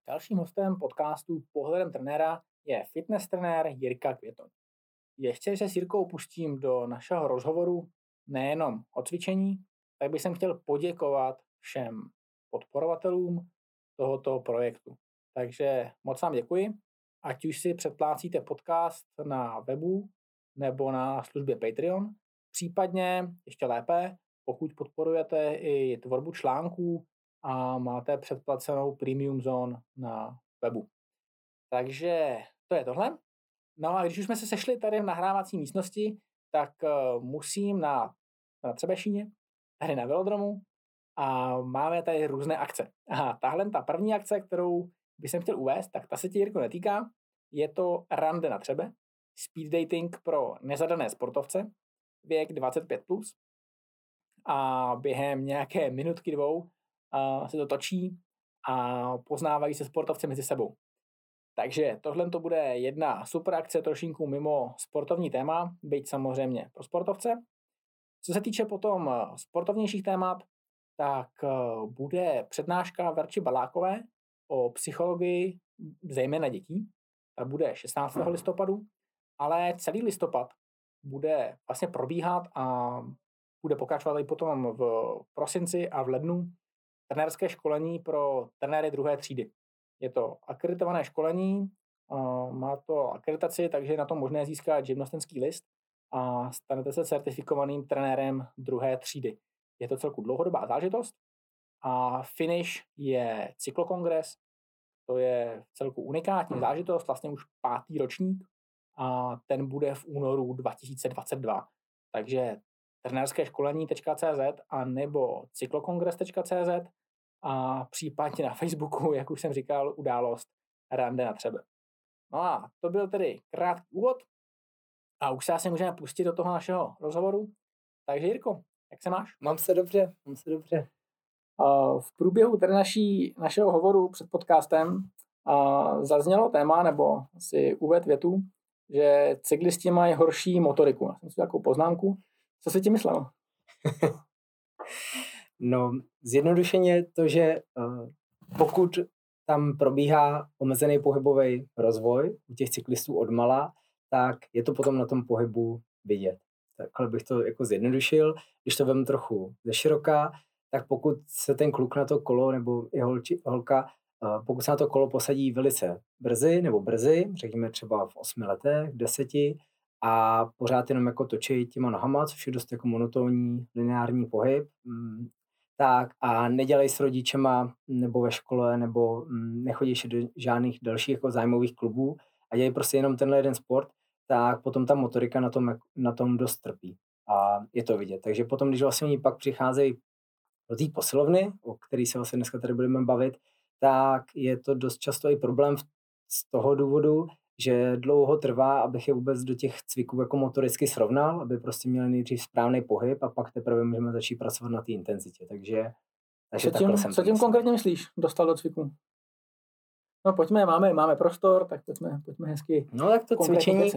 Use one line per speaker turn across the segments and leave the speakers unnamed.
Dalším hostem podcastu Pohledem trenéra je fitness trenér Jirka Květoň. Ještě se s Jirkou pustím do našeho rozhovoru nejenom o cvičení, tak bych chtěl poděkovat všem podporovatelům tohoto projektu. Takže moc vám děkuji, ať už si předplácíte podcast na webu nebo na službě Patreon, případně ještě lépe, pokud podporujete i tvorbu článků a máte předplacenou premium zone na webu. Takže to je tohle. No a když už jsme se sešli tady v nahrávací místnosti, tak musím na Třebešíně, tady na velodromu, a máme tady různé akce. A tahle ta první akce, kterou bych chtěl uvést, tak ta se ti, Jirko, netýká. Je to rande na Třebe, speed dating pro nezadané sportovce, věk 25+. A během nějaké minutky, dvou se to točí a poznávají se sportovci mezi sebou. Takže tohle to bude jedna super akce trošinku mimo sportovní téma, byť samozřejmě pro sportovce. Co se týče potom sportovnějších témat, tak bude přednáška Verči Balákové o psychologii zejména dětí. Ta bude 16. listopadu, ale celý listopad bude vlastně probíhat a bude pokračovat i potom v prosinci a v lednu trenérské školení pro trenéry 2. třídy. Je to akreditované školení, má to akreditaci, takže je na to možné získat živnostenský list a stanete se certifikovaným trenérem 2. třídy. Je to celku dlouhodobá záležitost a finish je cyklokongres, to je celku unikátní záležitost, vlastně už 5. ročník a ten bude v únoru 2022. Takže trenérské školení.cz a nebo cyklokongres.cz a případně na Facebooku, jak už jsem říkal, událost Rande na Třebe. No a to byl tedy krátký úvod a už se asi můžeme pustit do toho našeho rozhovoru. Takže Jirko, jak se máš?
Mám se dobře.
V průběhu tedy našeho hovoru před podcastem zaznělo téma, nebo si uvedl větu, že cyklisti mají horší motoriku. Já jsem si takovou poznámku. Co jsi ti myslel?
No, zjednodušeně to, že pokud tam probíhá omezený pohybový rozvoj u těch cyklistů odmala, tak je to potom na tom pohybu vidět. Takhle bych to jako zjednodušil. Když to vem trochu ze široka, tak pokud se ten kluk na to kolo nebo i holka, pokud se na to kolo posadí velice brzy, řekněme třeba v 8 letech, v 10, a pořád jenom jako točí těma nohama, což je dost jako monotónní lineární pohyb, tak a nedělají s rodičema nebo ve škole, nebo nechodí do žádných dalších jako zájmových klubů a dělají prostě jenom tenhle jeden sport, tak potom ta motorika na tom dost trpí. A je to vidět. Takže potom, když vlastně oni pak přicházejí do té posilovny, o který se vlastně dneska tady budeme bavit, tak je to dost často i problém z toho důvodu, že dlouho trvá, abych je vůbec do těch cviků jako motoricky srovnal, aby prostě měli nejdřív správný pohyb a pak teprve můžeme začít pracovat na té intenzitě. Takže
co tím konkrétně myslíš, dostal do cviku? No pojďme, máme prostor, tak pojďme hezky.
No tak to cvičení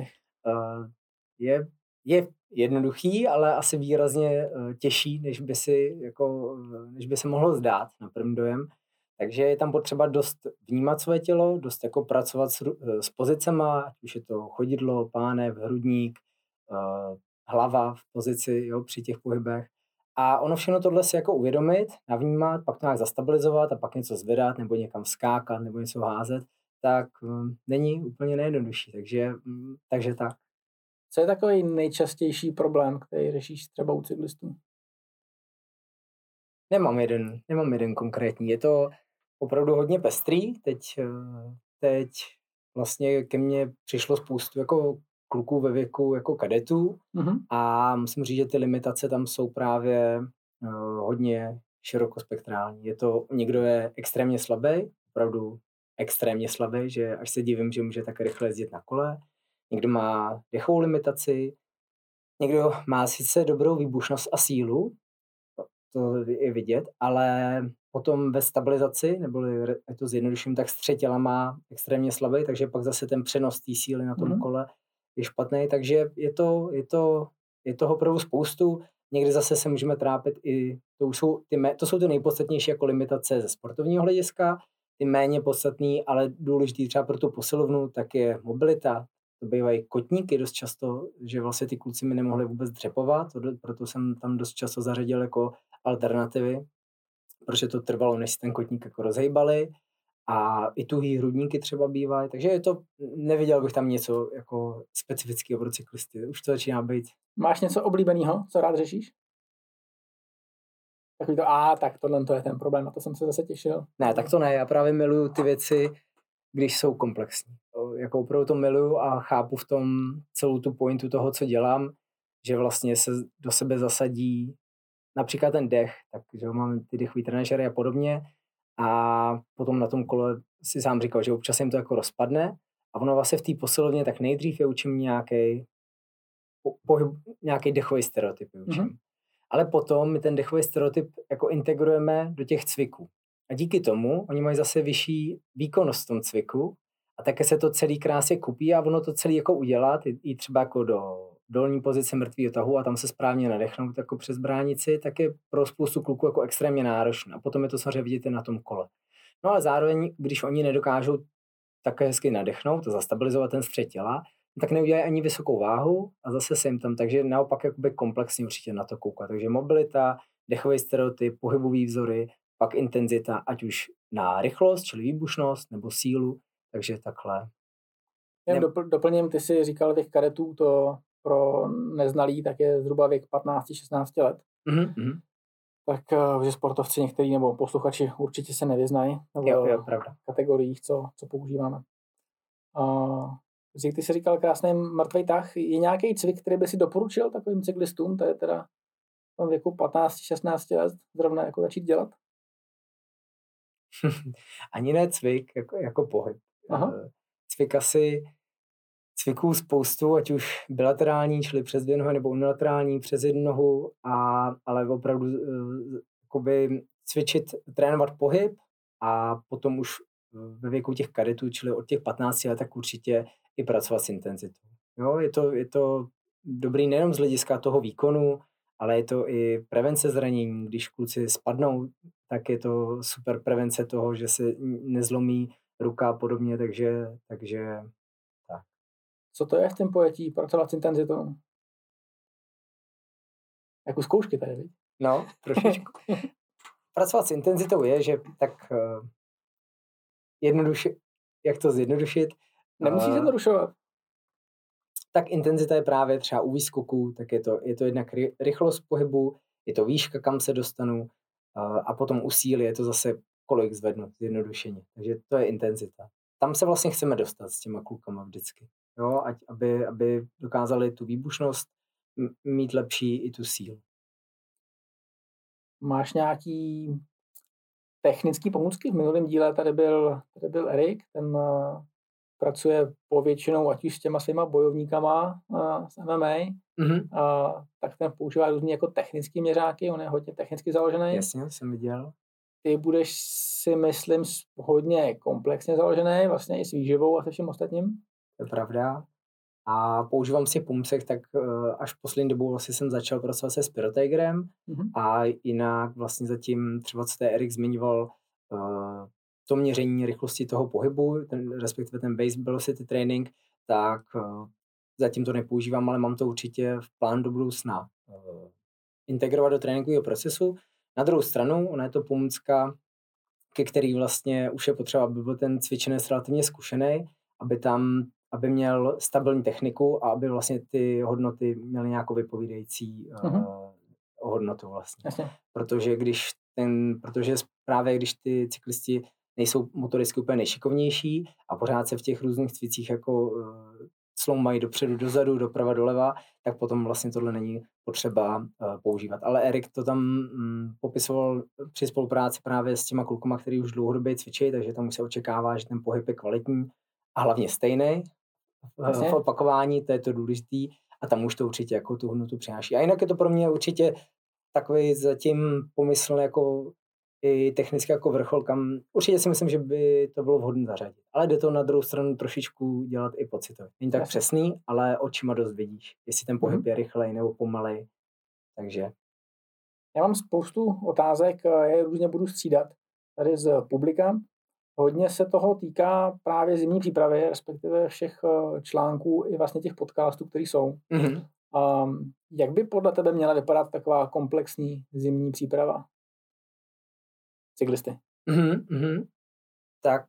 je jednoduchý, ale asi výrazně těžší, než by se mohlo zdát na první dojem. Takže je tam potřeba dost vnímat své tělo, dost jako pracovat s pozicema, ať už je to chodidlo, pánev, hrudník, hlava v pozici, jo, při těch pohybech. A ono všechno tohle si jako uvědomit, navnímat, pak to nějak zastabilizovat a pak něco zvedat nebo někam skákat nebo něco házet, tak není úplně nejjednodušší. Takže tak.
Co je takový nejčastější problém, který řešíš třeba u cyklistů?
Nemám jeden konkrétní. Je to opravdu hodně pestrý. Teď vlastně ke mně přišlo spoustu jako kluků ve věku jako kadetů a musím říct, že ty limitace tam jsou právě hodně širokospektrální. Někdo je extrémně slabý, opravdu extrémně slabý, že až se divím, že může tak rychle jezdit na kole. Někdo má dechovou limitaci, někdo má sice dobrou výbušnost a sílu, to je vidět, ale potom ve stabilizaci, neboli je to zjednoduším, tak střed těla má extrémně slabý, takže pak zase ten přenos té síly na tom kole je špatný, takže je toho opravdu spoustu. Někdy zase se můžeme trápit i, to jsou ty nejpodstatnější jako limitace ze sportovního hlediska, ty méně podstatný, ale důležitý třeba pro tu posilovnu, tak je mobilita. To bývají kotníky dost často, že vlastně ty kluci mi nemohli vůbec dřepovat, proto jsem tam dost často zařadil jako alternativy, protože to trvalo, než si ten kotník jako rozhejbali. A i tuhý hrudníky třeba bývají, takže je to, neviděl bych tam něco jako specifického pro cyklisty. Už to začíná být.
Máš něco oblíbeného, co rád řešíš? Takový to, tak tohle to je ten problém, na to jsem se zase těšil.
Ne, tak to ne, já právě miluju ty věci, když jsou komplexní. Jako opravdu to miluju a chápu v tom celou tu pointu toho, co dělám, že vlastně se do sebe zasadí například ten dech, takže mám ty dechový trenažery a podobně a potom na tom kole si sám říkal, že občas jim to jako rozpadne a ono vlastně v té posilovně tak nejdřív je učím nějaký dechový stereotyp učím. Mm-hmm. Ale potom my ten dechový stereotyp jako integrujeme do těch cviků. A díky tomu oni mají zase vyšší výkonnost v tom cviku a také se to celý krásně kupí a ono to celý jako udělat, i třeba jako do dolní pozice mrtvýho tahu a tam se správně nadechnout jako přes bránici, tak je pro spoustu kluků jako extrémně náročné. A potom je to samozřejmě vidět na tom kole. No ale zároveň, když oni nedokážou také hezky nadechnout a zastabilizovat ten střed těla, tak neudělají ani vysokou váhu a zase se jim tam, takže naopak jakoby komplexně určitě na to koukat. Takže mobilita, dechový stereotyp, pohybový vzory, pak intenzita, ať už na rychlost, čili výbušnost, nebo sílu, takže takhle.
Doplním, ty si říkal těch kadetů, to pro neznalý, tak je zhruba věk 15-16 let.
Mm-hmm.
Tak, že sportovci některý nebo posluchači určitě se nevyznají
v
kategoriích, co používáme. Ty jsi říkal krásný mrtvej tah. Je nějaký cvik, který by si doporučil takovým cyklistům, to je teda v tom věku 15-16 let zrovna jako začít dělat?
Ani ne cvik, jako pohyb. Aha. Cviků spoustu, ať už bilaterální, čili přes dvě nohy, nebo unilaterální, přes jednu nohu, ale opravdu jakoby cvičit, trénovat pohyb a potom už ve věku těch kadetů, čili od těch 15 let, tak určitě i pracovat s intenzitou. Jo, je to dobrý nejenom z hlediska toho výkonu, ale je to i prevence zranění. Když kluci spadnou, tak je to super prevence toho, že se nezlomí ruka a podobně, takže tak.
Co to je v tom pojetí pracovat s intenzitou? Jako zkoušky tady, viď?
No, trošičku. Pracovat s intenzitou je, že tak jednoduše, jak to zjednodušit?
Nemusíš zjednodušovat.
Tak intenzita je právě třeba u výskoků, tak je to jednak rychlost pohybu, je to výška, kam se dostanu a potom u síly je to zase kolik zvednu, zjednodušeně. Takže to je intenzita. Tam se vlastně chceme dostat s těma klukama vždycky. Jo, aby dokázali tu výbušnost mít lepší i tu sílu.
Máš nějaký technický pomůcky? V minulém díle tady byl Erik, ten pracuje povětšinou ať už s těma svýma bojovníkama z MMA, tak ten používá různý jako technický měřáky, on je hodně technicky založený.
Jasně, jsem viděl.
Ty budeš si myslím hodně komplexně založený, vlastně i s výživou a se vším ostatním.
To je pravda. A používám si pomůcek, tak až v poslední dobu vlastně jsem začal pracovat se Spirotigerem a jinak vlastně zatím třeba co Erik zmiňoval to měření rychlosti toho pohybu, respektive ten base velocity training, tak zatím to nepoužívám, ale mám to určitě v plánu do budoucna integrovat do tréninkového procesu. Na druhou stranu, ona je to pomůcka, ke který vlastně už je potřeba, aby byl ten cvičenec relativně zkušený, aby měl stabilní techniku a aby vlastně ty hodnoty měly nějakou vypovídající hodnotu vlastně.
Jasně.
Protože právě když ty cyklisti nejsou motoricky úplně nejšikovnější a pořád se v těch různých cvicích jako sloumají dopředu, dozadu, doprava, doleva, tak potom vlastně tohle není potřeba používat. Ale Erik to tam popisoval při spolupráci právě s těma klukama, který už dlouhodobě cvičí, takže tam už se očekává, že ten pohyb je kvalitní a hlavně stejný v opakování, to je to důležitý a tam už to určitě jako tu hodnotu přináší. A jinak je to pro mě určitě takový zatím pomysl jako i technicky jako vrchol, kam určitě si myslím, že by to bylo vhodné zařadit. Ale jde to na druhou stranu trošičku dělat i pocitově. Není tak přesný, ale očima dost vidíš, jestli ten pohyb je rychlej nebo pomalej. Takže.
Já mám spoustu otázek, já je různě budu střídat. Tady z publika hodně se toho týká právě zimní přípravy, respektive všech článků i vlastně těch podcastů, které jsou.
Mm-hmm.
Jak by podle tebe měla vypadat taková komplexní zimní příprava cyklisty?
Mm-hmm. Tak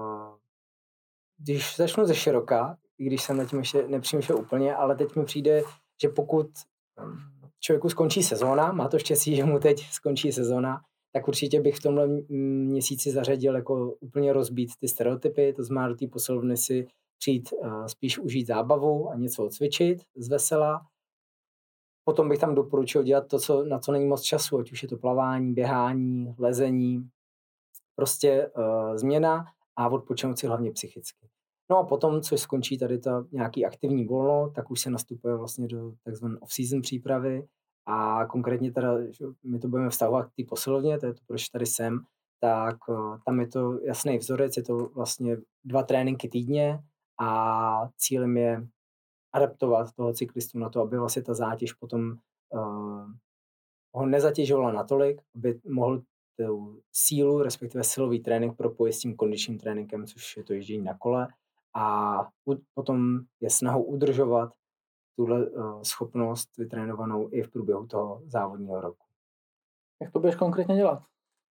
když začnu ze široka, i když jsem na tím ještě nepřemýšlel úplně, ale teď mi přijde, že pokud člověku skončí sezóna, má to štěstí, že mu teď skončí sezóna, tak určitě bych v tomhle měsíci zařadil jako úplně rozbít ty stereotypy, to znamená do té posilovny si přijít spíš užít zábavu a něco odcvičit z vesela. Potom bych tam doporučil dělat to, na co není moc času, ať už je to plavání, běhání, lezení, prostě změna a odpočinout si hlavně psychicky. No a potom, co skončí tady ta nějaký aktivní volno, tak už se nastupuje vlastně do takzvané off-season přípravy a konkrétně teda, že my to budeme vztahovat k té posilovně, to je to, proč tady jsem, tak tam je to jasný vzorec, je to vlastně 2 tréninky týdně a cílem je adaptovat toho cyklistu na to, aby vlastně ta zátěž potom ho nezatěžovala natolik, aby mohl tu sílu, respektive silový trénink propojit s tím kondičním tréninkem, což je to ježdění na kole a potom je snahou udržovat tuhle schopnost vytrénovanou i v průběhu toho závodního roku.
Jak to budeš konkrétně dělat?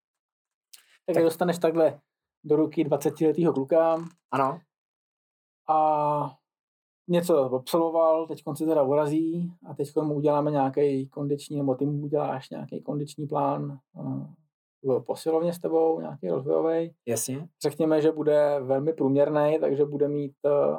Tak dostaneš takhle do ruky 20letého kluka.
Ano.
A něco absolvoval, teď se teda urazí a teď mu uděláme nějaký kondiční, nebo ty mu uděláš nějaký kondiční plán posilovně s tebou, nějaký rozvojový.
Jasně.
Řekněme, že bude velmi průměrný, takže bude mít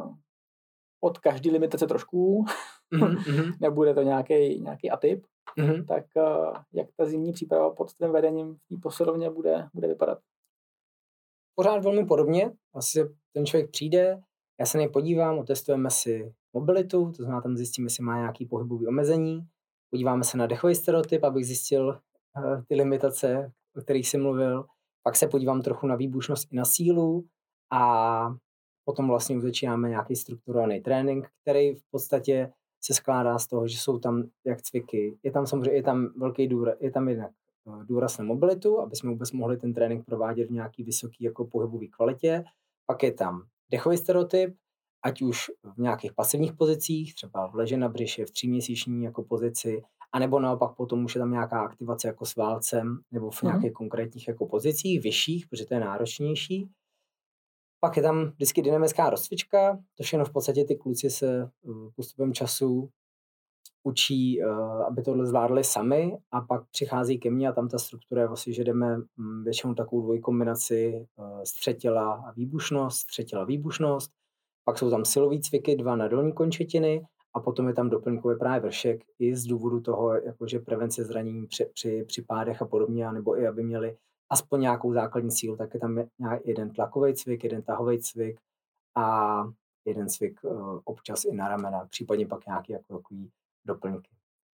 od každé limitace trošku, nebude to nějaký atyp, tak jak ta zimní příprava pod tvým vedením v té posilovně bude vypadat?
Pořád velmi podobně, asi ten člověk přijde, já se podívám, otestujeme si mobilitu, to znamená, tam zjistíme, jestli má nějaký pohybový omezení, podíváme se na dechový stereotyp, abych zjistil ty limitace, o kterých jsem mluvil, pak se podívám trochu na výbušnost i na sílu a potom vlastně už začínáme nějaký strukturovaný trénink, který v podstatě se skládá z toho, že jsou tam jak cviky, je tam samozřejmě je tam velký důraz, je tam jednak důraz na mobilitu, aby jsme vůbec mohli ten trénink provádět v nějaký vysoký jako pohybový kvalitě, pak je tam dechový stereotyp, ať už v nějakých pasivních pozicích, třeba v leže na břiše, v 3měsíční jako pozici, anebo naopak potom už je tam nějaká aktivace jako s válcem, nebo v nějakých konkrétních jako pozicích, vyšších, protože to je náročnější. Pak je tam vždycky dynamická rozcvička, to všechno v podstatě ty kluci se postupem času učí, aby tohle zvládli sami a pak přichází ke mně a tam ta struktura je vlastně, že jdeme většinou takovou dvojkombinaci střetěla a výbušnost, střetěla výbušnost, pak jsou tam silový cviky, 2 na dolní končetiny a potom je tam doplňkový právě vršek i z důvodu toho, jakože prevence zranění při pádech a podobně, nebo i aby měli aspoň nějakou základní sílu, tak je tam jeden tlakový cvik, jeden tahový cvik a jeden cvik občas i na ramena, případně pak nějaký jako takový doplňky.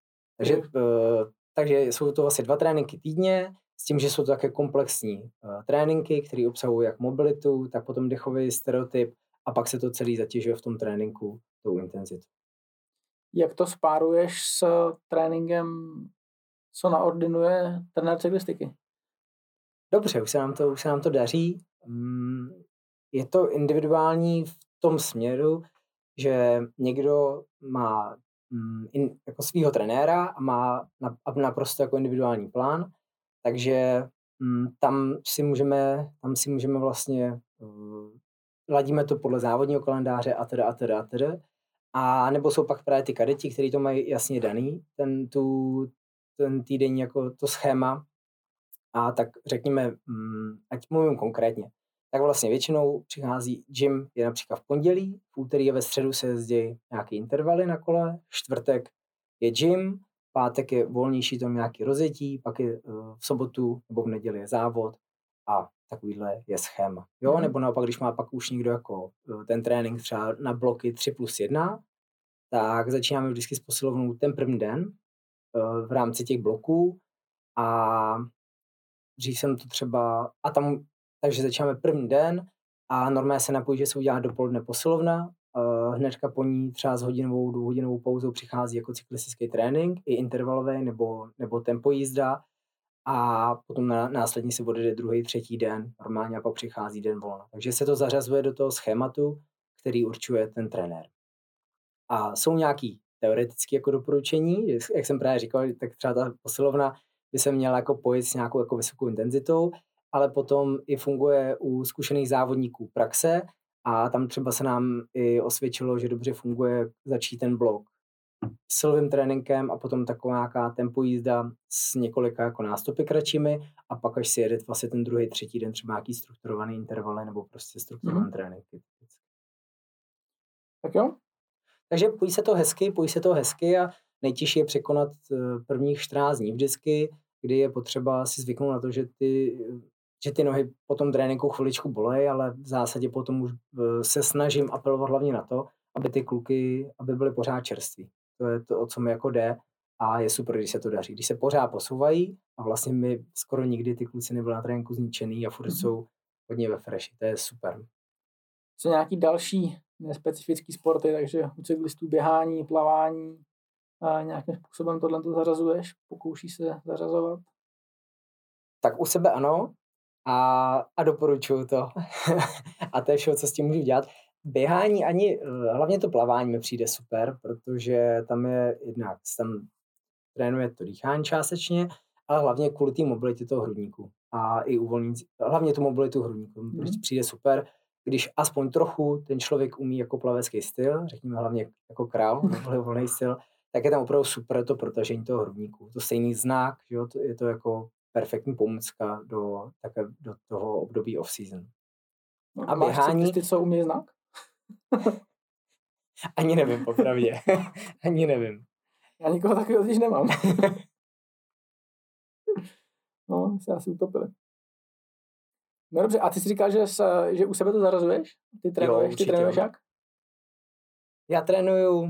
Takže jsou to vlastně 2 tréninky týdně, s tím, že jsou to také komplexní tréninky, které obsahují jak mobilitu, tak potom dechový stereotyp a pak se to celý zatěžuje v tom tréninku tou intenzitu.
Jak to spáruješ s tréninkem, co naordinuje trenér cyklistiky?
Dobře, už se nám to daří. Je to individuální v tom směru, že někdo má jako svýho trenéra a má naprosto jako individuální plán, takže tam si můžeme vlastně ladíme to podle závodního kalendáře a teda. A nebo jsou pak právě ty kadeti, kteří to mají jasně daný, ten týdenní jako to schéma. A tak řekněme, ať mluvím konkrétně, tak vlastně většinou přichází gym je například v pondělí, v úterý a ve středu se jezdí nějaké intervaly na kole, čtvrtek je gym, pátek je volnější, tam nějaký rozjetí, pak je v sobotu nebo v neděli je závod a takovýhle je schéma. Jo? Nebo naopak, když má pak už někdo jako ten trénink třeba na bloky 3+1, tak začínáme vždycky s posilovnou ten první den v rámci těch bloků a dřív jsem to třeba, takže začínáme první den a normálně se napojí, že se udělá dopoledne posilovna, hnedka po ní třeba s hodinovou, 2hodinovou pauzou přichází jako cyklistický trénink, i intervalový nebo tempo jízda a potom následně se odjede druhý, třetí den normálně a pak přichází den volna. Takže se to zařazuje do toho schématu, který určuje ten trenér. A jsou nějaký teoretické jako doporučení, jak jsem právě říkal, tak třeba ta posilovna by se měla jako pojít s nějakou jako vysokou intenzitou, ale potom i funguje u zkušených závodníků praxe a tam třeba se nám i osvědčilo, že dobře funguje začít ten blok silovým tréninkem a potom taková nějaká tempo jízda s několika jako nástupy kratšími a pak až si jede vlastně ten druhý, třetí den třeba nějaký strukturovaný intervaly nebo prostě strukturovaný trénink.
Tak jo.
Takže pojí se to hezky a nejtěžší je překonat prvních 14 dní vždycky, kdy je potřeba si zvyknout na to, že ty nohy po tom tréninku chviličku bolej, ale v zásadě potom už se snažím apelovat hlavně na to, aby ty kluky, aby byly pořád čerství. To je to, o co mi jako jde a je super, když se to daří. Když se pořád posouvají a vlastně mi skoro nikdy ty kluci nebyly na tréninku zničený a furt jsou hodně ve freši. To je super.
Co nějaký další nespecifický sporty, takže u cyklistů běhání, plavání, a nějakým způsobem tohle to zařazuješ? Pokoušíš se zařazovat?
Tak u sebe ano a doporučuju to. A to je všechno, co s tím můžu dělat. Běhání hlavně to plavání mi přijde super, protože tam je jednak, tam trénuje to dýchání částečně, ale hlavně kvůli té mobilitě toho hrudníku. A i uvolnit, hlavně tu mobilitu hrudníku. Přijde super, když aspoň trochu ten člověk umí jako plavecký styl, řekněme hlavně jako král, volný styl, tak je tam opravdu super to protažení toho hrudníku. To stejný znak, že jo, je to jako perfektní pomůcka do toho období off-season.
No, a máš cyklisty, co umí znak?
Ani nevím, popravdě. Ani nevím.
Já nikoho takového totiž nemám. No, se asi utopili. No dobře, a ty jsi říkal, že u sebe to zarazuješ? Ty trénuješ,
jo,
ty trénuješ jak?
Já trénuju,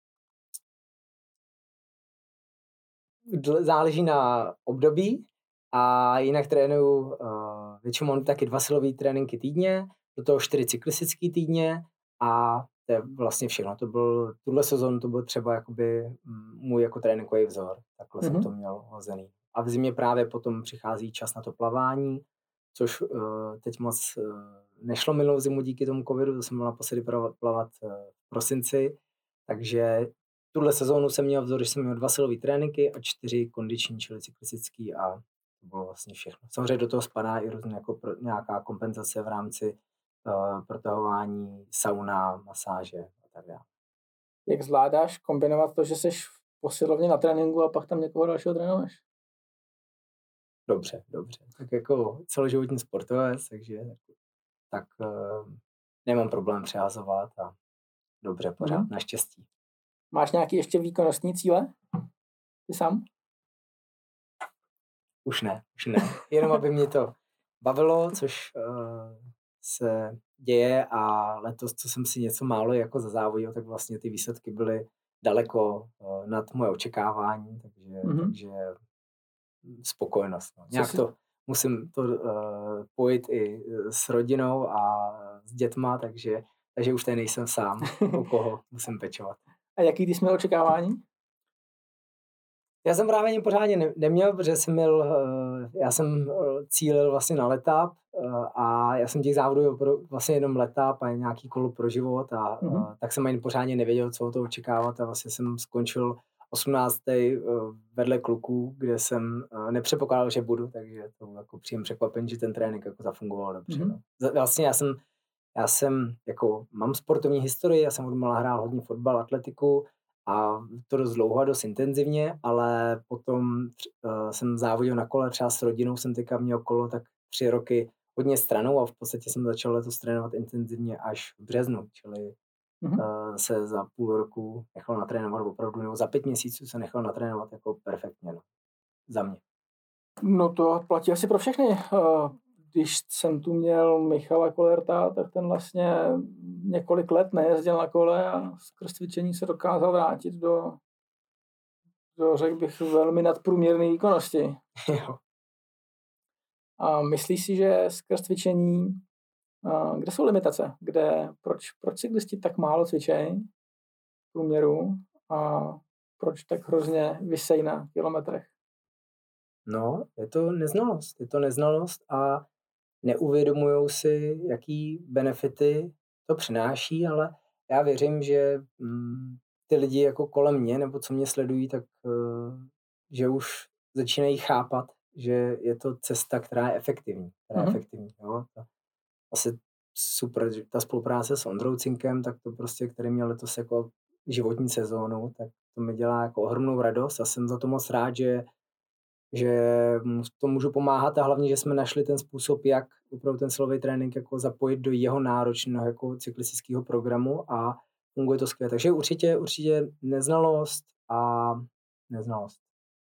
záleží na období a jinak trénuju, většinou mám taky 2 silové tréninky týdně, do toho 4 cyklistický týdně a to je vlastně všechno. Tuhle sezónu to byl třeba jakoby můj jako tréninkový vzor. Takhle jsem to měl hozený. A v zimě právě potom přichází čas na to plavání, což teď moc nešlo minulou zimu díky tomu covidu, to jsem byl naposledy plavat v prosinci, takže tuhle sezónu jsem měl vzor, že jsem měl 2 silové tréninky a 4 kondiční, čili cyklistický a to bylo vlastně všechno. Samozřejmě do toho spadá i různě jako nějaká kompenzace v rámci protahování, sauna, masáže a tak dále.
Jak zvládáš kombinovat to, že jsi v posilovně na tréninku a pak tam někoho dalšího trénuješ?
Dobře. Tak jako celoživotní sportovec, takže tak nemám problém přehazovat a dobře, pořád, naštěstí.
Máš nějaký ještě výkonnostní cíle? Ty sám?
Už ne. Jenom aby mě to bavilo, což se děje a letos, co jsem si něco málo jako zazávodil, tak vlastně ty výsledky byly daleko nad moje očekávání, takže spokojenost. No. Nějak to musím to pojít i s rodinou a s dětma, takže už tady nejsem sám, o koho musím pečovat.
A jaký ty jsi měl očekávání?
Já jsem právě pořádně neměl, protože já jsem cílil vlastně na letap a já jsem těch závodů vlastně jenom letap a nějaký kolo pro život a tak jsem ani pořádně nevěděl, co o to očekávat a vlastně jsem skončil 18. vedle kluků, kde jsem nepředpokládal, že budu, takže to bylo jako příjemné překvapení, že ten trénink jako zafungoval dobře. No. Vlastně já jsem jako mám sportovní historii, já jsem od mala hrál hodně fotbal, atletiku a to dost dlouho a dost intenzivně, ale potom jsem závodil na kole, třeba s rodinou jsem teďka měl kolo tak 3 roky hodně stranou a v podstatě jsem začal letos trénovat intenzivně až v březnu, čili se za půl roku nechal natrénovat opravdu, nebo za 5 měsíců se nechal natrénovat jako perfektně, no, za mě.
No to platí asi pro všechny. Když jsem tu měl Michala Kolerta, tak ten vlastně několik let nejezdil na kole a skrz cvičení se dokázal vrátit do řekl bych, velmi nadprůměrné výkonnosti.
Jo.
A myslíš si, že skrz cvičení, kde jsou limitace? Proč cyklisti tak málo cvičejí v průměru a proč tak hrozně visejí na kilometrech?
No, je to neznalost. Je to neznalost a neuvědomujou si, jaký benefity to přináší, ale já věřím, že ty lidi jako kolem mě, nebo co mě sledují, tak že už začínají chápat, že je to cesta, která je efektivní. Jo? Asi super, že ta spolupráce s Ondrou Cinkem, tak to prostě, který měl letos jako životní sezónu, tak to mi dělá jako ohromnou radost a jsem za to moc rád, že mu to můžu pomáhat a hlavně, že jsme našli ten způsob, jak opravdu ten silový trénink jako zapojit do jeho náročného jako cyklistického programu a funguje to skvěle. Takže určitě neznalost a neznalost.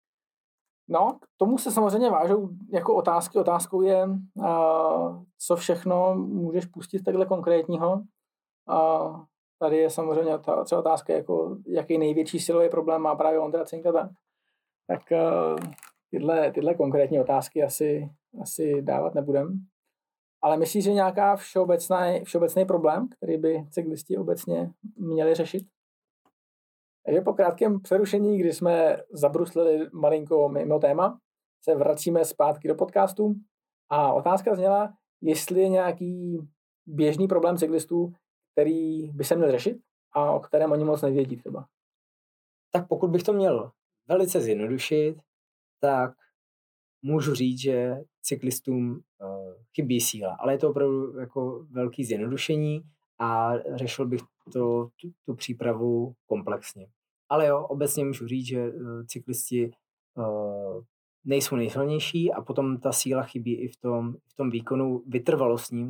No, k tomu se samozřejmě vážou jako otázky. Otázkou je, co všechno můžeš pustit takhle konkrétního. A tady je samozřejmě třeba otázka, jako, jaký největší silový problém má právě Ondra Cinka. Tak tyhle konkrétní otázky asi dávat nebudem. Ale myslíš, že nějaká všeobecný problém, který by cyklisti obecně měli řešit? Takže po krátkém přerušení, kdy jsme zabruslili malinko mimo téma, se vracíme zpátky do podcastu a otázka zněla, jestli je nějaký běžný problém cyklistů, který by se měl řešit a o kterém oni moc nevědí třeba.
Tak pokud bych to měl velice zjednodušit, tak můžu říct, že cyklistům chybí síla, ale je to opravdu jako velký zjednodušení a řešil bych tu přípravu komplexně. Ale jo, obecně můžu říct, že cyklisti nejsou nejsilnější a potom ta síla chybí i v tom výkonu vytrvalostním,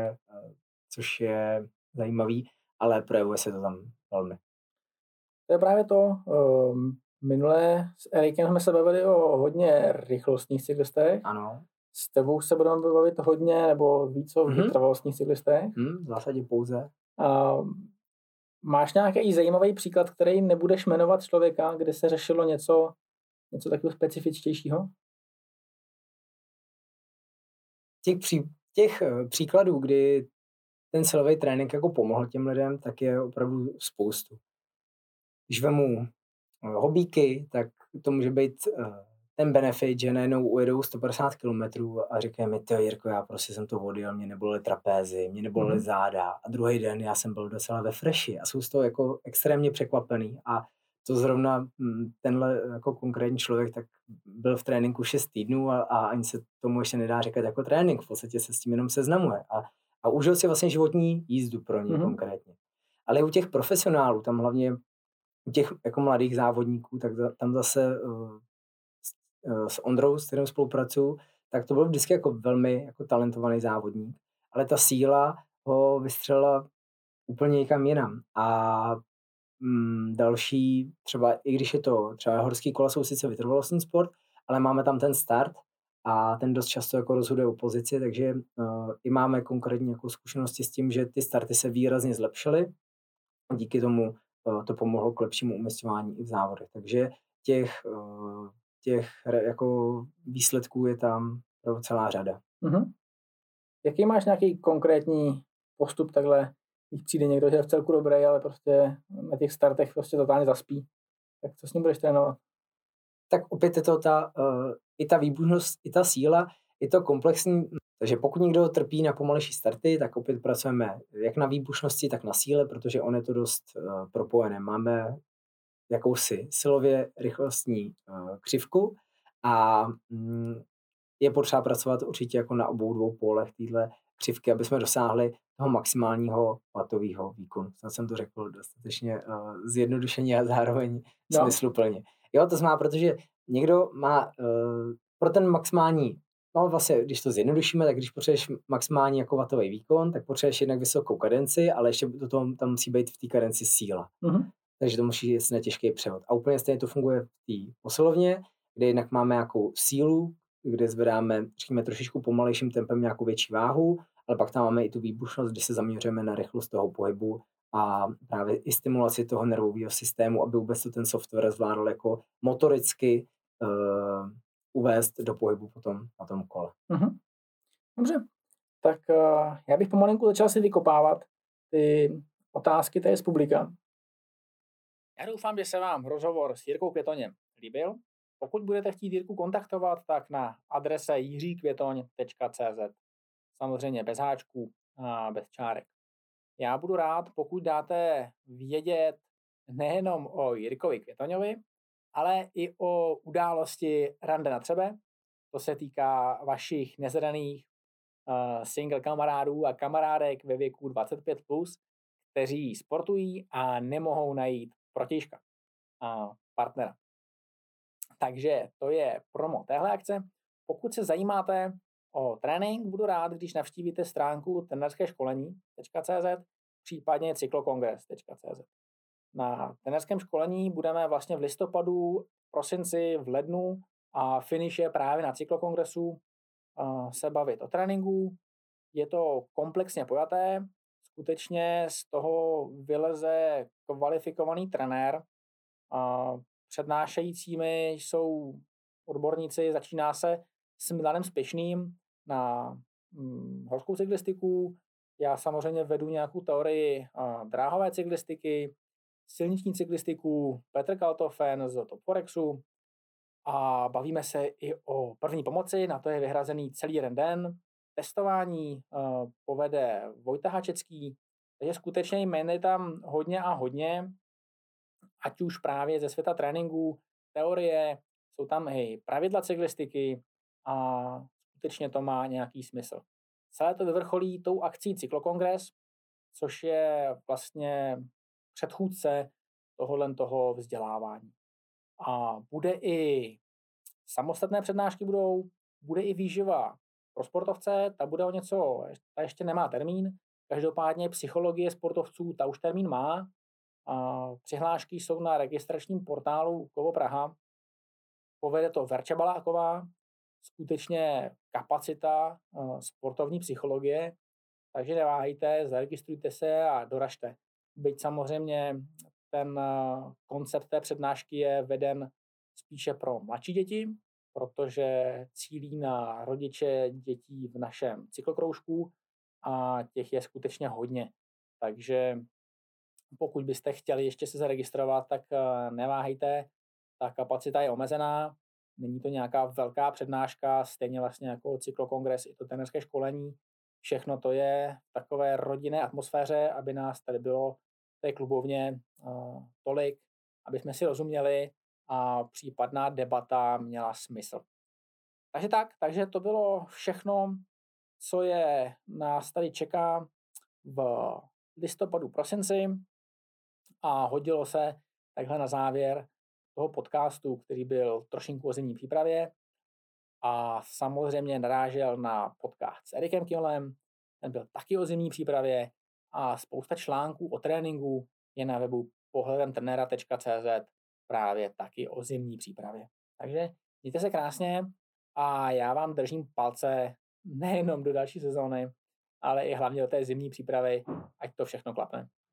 což je zajímavý, ale projevuje se to tam velmi.
To je právě to. Minule s Erikem jsme se bavili o hodně rychlostních cyklistech.
Ano.
S tebou se budeme bavit hodně nebo víc o vytrvalostních cyklistech.
V zásadě pouze.
Máš nějaký zajímavý příklad, který nebudeš jmenovat člověka, kde se řešilo něco takového specifičtějšího?
Těch příkladů, kdy ten silový trénink jako pomohl těm lidem, tak je opravdu spoustu. Když vemu hobíky, tak to může být ten benefit, že najednou ujedou 150 km a říkají mi, Jirko, já prostě jsem to odjel, mě nebolely trapézy, mě nebolely záda a druhý den já jsem byl docela ve freši a jsou z toho jako extrémně překvapený a to zrovna tenhle jako konkrétní člověk tak byl v tréninku 6 týdnů a ani se tomu ještě nedá říkat jako trénink, v podstatě se s tím jenom seznamuje a užil si vlastně životní jízdu pro ně konkrétně. Ale u těch profesionálů, tam hlavně u těch jako mladých závodníků, tak tam zase s Ondrou, s kterým spolupracuju, tak to byl vždycky jako velmi jako talentovaný závodník, ale ta síla ho vystřelila úplně někam jinam. A další, třeba i když je to, třeba horský kola jsou sice vytrvalostní sport, ale máme tam ten start a ten dost často jako rozhoduje o pozici, takže i máme konkrétní jako zkušenosti s tím, že ty starty se výrazně zlepšily a díky tomu to pomohlo k lepšímu umisťování i v závodech. Takže těch jako výsledků je tam celá řada.
Jaký máš nějaký konkrétní postup takhle, když přijde někdo, že je v celku dobrý, ale prostě na těch startech prostě totálně zaspí? Tak co s ním budeš trénovat?
Tak opět je to i ta výbušnost, i ta síla, je to komplexní. Takže pokud někdo trpí na pomalejší starty, tak opět pracujeme jak na výbušnosti, tak na síle, protože on je to dost propojené. Máme jakousi silově rychlostní křivku a je potřeba pracovat určitě jako na obou dvou pólech téhle křivky, aby jsme dosáhli toho maximálního patového výkonu. Snad jsem to řekl dostatečně zjednodušeně a zároveň smysluplně. Jo, to znamená, protože někdo má pro ten maximální, no vlastně, když to zjednodušíme, tak když potřebuješ maximální jako vatový výkon, tak potřebuješ jednak vysokou kadenci, ale ještě do toho tam musí být v té kadenci síla. Takže to musí jít na těžký převod. A úplně stejně to funguje v té posilovně, kde jednak máme nějakou sílu, kde zvedáme, řekněme, trošičku pomalejším tempem nějakou větší váhu, ale pak tam máme i tu výbušnost, kdy se zaměřujeme na rychlost toho pohybu a právě i stimulaci toho nervového systému, aby vůbec to ten software zvládl jako motoricky uvést do pohybu potom na tom kole.
Dobře, tak já bych pomalinku začal si vykopávat ty otázky tady z publika. Já doufám, že se vám rozhovor s Jirkou Květoněm líbil Pokud budete chtít Jirku kontaktovat, tak na adrese jiřikvětoň.cz. Samozřejmě bez háčků a bez čárek. Já budu rád, pokud dáte vědět nejenom o Jirkovi Květoňovi, ale i o události Rande na Třebe. To se týká vašich nezadaných single kamarádů a kamarádek ve věku 25+, kteří sportují a nemohou najít protějška a partnera. Takže to je promo téhle akce. Pokud se zajímáte o trénink, budu rád, když navštívíte stránku trenerskeškolení.cz, případně cyklokongres.cz. Na trenerském školení budeme vlastně v listopadu, prosinci, v lednu a finish je právě na cyklokongresu se bavit o tréninku. Je to komplexně pojaté, skutečně z toho vyleze kvalifikovaný trenér. Přednášejícími jsou odborníci, začíná se s Milanem Spěšným na horskou cyklistiku. Já samozřejmě vedu nějakou teorii dráhové cyklistiky, silniční cyklistiku, Petr Kaltofen z Top Forexu a bavíme se i o první pomoci, na to je vyhrazený celý jeden den. Testování povede Vojta Hačecký, takže skutečně jmen je tam hodně a hodně, ať už právě ze světa tréninku, teorie, jsou tam i pravidla cyklistiky a skutečně to má nějaký smysl. Celé to vyvrcholí tou akcí Cyklokongres, což je vlastně předchůdce toho vzdělávání. A bude i samostatné přednášky bude i výživa pro sportovce, ta ještě nemá termín, každopádně psychologie sportovců, ta už termín má. Přihlášky jsou na registračním portálu Kovo Praha. Povede to Verča Baláková, skutečně kapacita sportovní psychologie, takže neváhejte, zaregistrujte se a doražte. Byť samozřejmě ten koncept té přednášky je veden spíše pro mladší děti, protože cílí na rodiče dětí v našem cyklokroužku a těch je skutečně hodně. Takže pokud byste chtěli ještě se zaregistrovat, tak neváhejte, ta kapacita je omezená, není to nějaká velká přednáška, stejně vlastně jako cyklokongres i to trenerské školení. Všechno to je v takové rodinné atmosféře, aby nás tady bylo v té klubovně tolik, aby jsme si rozuměli a případná debata měla smysl. Takže to bylo všechno, co je nás tady čeká v listopadu, prosinci a hodilo se takhle na závěr toho podcastu, který byl trošinku o zimní přípravě a samozřejmě narážel na podcast s Erikem Kylem, ten byl taky o zimní přípravě a spousta článků o tréninku je na webu pohledemtrenera.cz právě taky o zimní přípravě. Takže mějte se krásně a já vám držím palce nejenom do další sezóny, ale i hlavně do té zimní přípravy, ať to všechno klapne.